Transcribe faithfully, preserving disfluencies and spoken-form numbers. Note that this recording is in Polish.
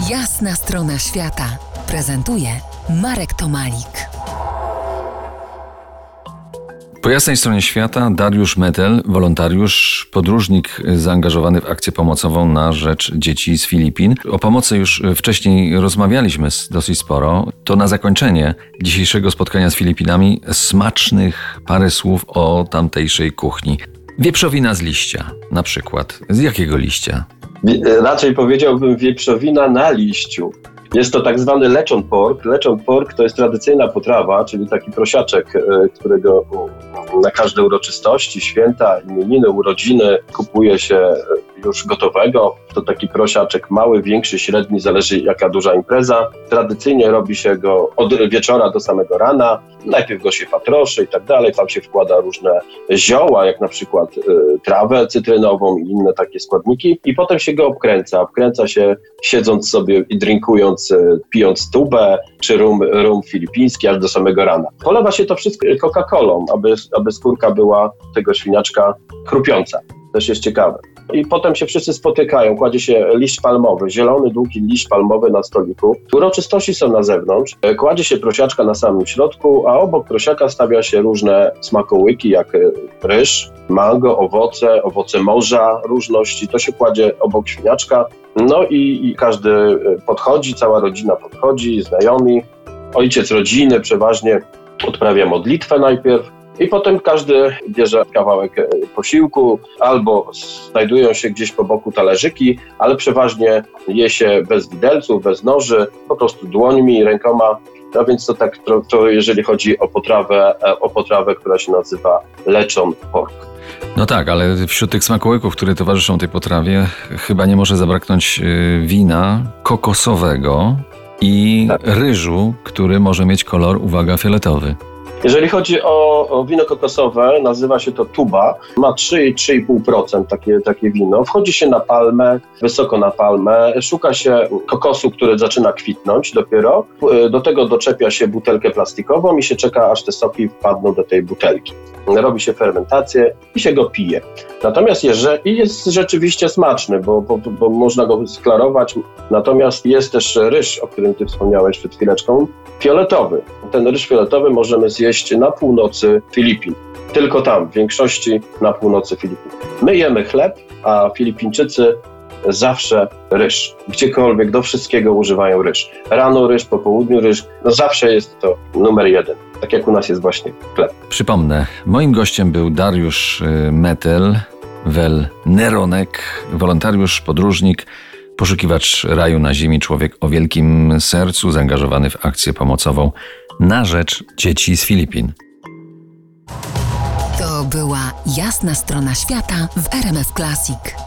Jasna strona świata prezentuje Marek Tomalik. Po jasnej stronie świata Dariusz Metel, wolontariusz, podróżnik zaangażowany w akcję pomocową na rzecz dzieci z Filipin. O pomocy już wcześniej rozmawialiśmy dosyć sporo. To na zakończenie dzisiejszego spotkania z Filipinami smacznych parę słów o tamtejszej kuchni. Wieprzowina z liścia na przykład. Z jakiego liścia? Raczej powiedziałbym wieprzowina na liściu. Jest to tak zwany lechon pork. Lechon pork to jest tradycyjna potrawa, czyli taki prosiaczek, którego na każde uroczystości, święta, imieniny, urodziny kupuje się już gotowego. To taki prosiaczek mały, większy, średni, zależy jaka duża impreza. Tradycyjnie robi się go od wieczora do samego rana. Najpierw go się patroszy i tak dalej. Tam się wkłada różne zioła, jak na przykład y, trawę cytrynową i inne takie składniki. I potem się go obkręca. Obkręca się siedząc sobie i drinkując, y, pijąc tubę czy rum, rum filipiński aż do samego rana. Polewa się to wszystko Coca-Colą, aby, aby skórka była tego świniaczka chrupiąca. Też jest ciekawe. I potem się wszyscy spotykają, kładzie się liść palmowy, zielony, długi liść palmowy na stoliku. Uroczystości są na zewnątrz, kładzie się prosiaczka na samym środku, a obok prosiaka stawia się różne smakołyki, jak ryż, mango, owoce, owoce morza, różności. To się kładzie obok świniaczka. No i, i każdy podchodzi, cała rodzina podchodzi, znajomi. Ojciec rodziny przeważnie odprawia modlitwę najpierw. I potem każdy bierze kawałek posiłku, albo znajdują się gdzieś po boku talerzyki, ale przeważnie je się bez widelców, bez noży, po prostu dłońmi, rękoma. No więc to tak, to, to jeżeli chodzi o potrawę, o potrawę, która się nazywa lechon pork. No tak, ale wśród tych smakołyków, które towarzyszą tej potrawie, chyba nie może zabraknąć wina kokosowego i tak. ryżu, który może mieć kolor, uwaga, fioletowy. Jeżeli chodzi o, o wino kokosowe, nazywa się to tuba, ma trzy do trzech i pół procent takie, takie wino. Wchodzi się na palmę, wysoko na palmę, szuka się kokosu, który zaczyna kwitnąć dopiero. Do tego doczepia się butelkę plastikową i się czeka, aż te soki wpadną do tej butelki. Robi się fermentację i się go pije. Natomiast jeżeli jest rzeczywiście smaczny, bo, bo, bo można go sklarować, natomiast jest też ryż, o którym ty wspomniałeś przed chwileczką, fioletowy. Ten ryż fioletowy możemy zjeść na północy Filipin. Tylko tam, w większości na północy Filipin. My jemy chleb, a Filipińczycy zawsze ryż. Gdziekolwiek, do wszystkiego używają ryż. Rano ryż, po południu ryż. No zawsze jest to numer jeden. Tak jak u nas jest właśnie chleb. Przypomnę, moim gościem był Dariusz Metel, wel Neronek, wolontariusz, podróżnik, poszukiwacz raju na ziemi, człowiek o wielkim sercu, zaangażowany w akcję pomocową na rzecz dzieci z Filipin. To była Jasna strona świata w R M F Classic.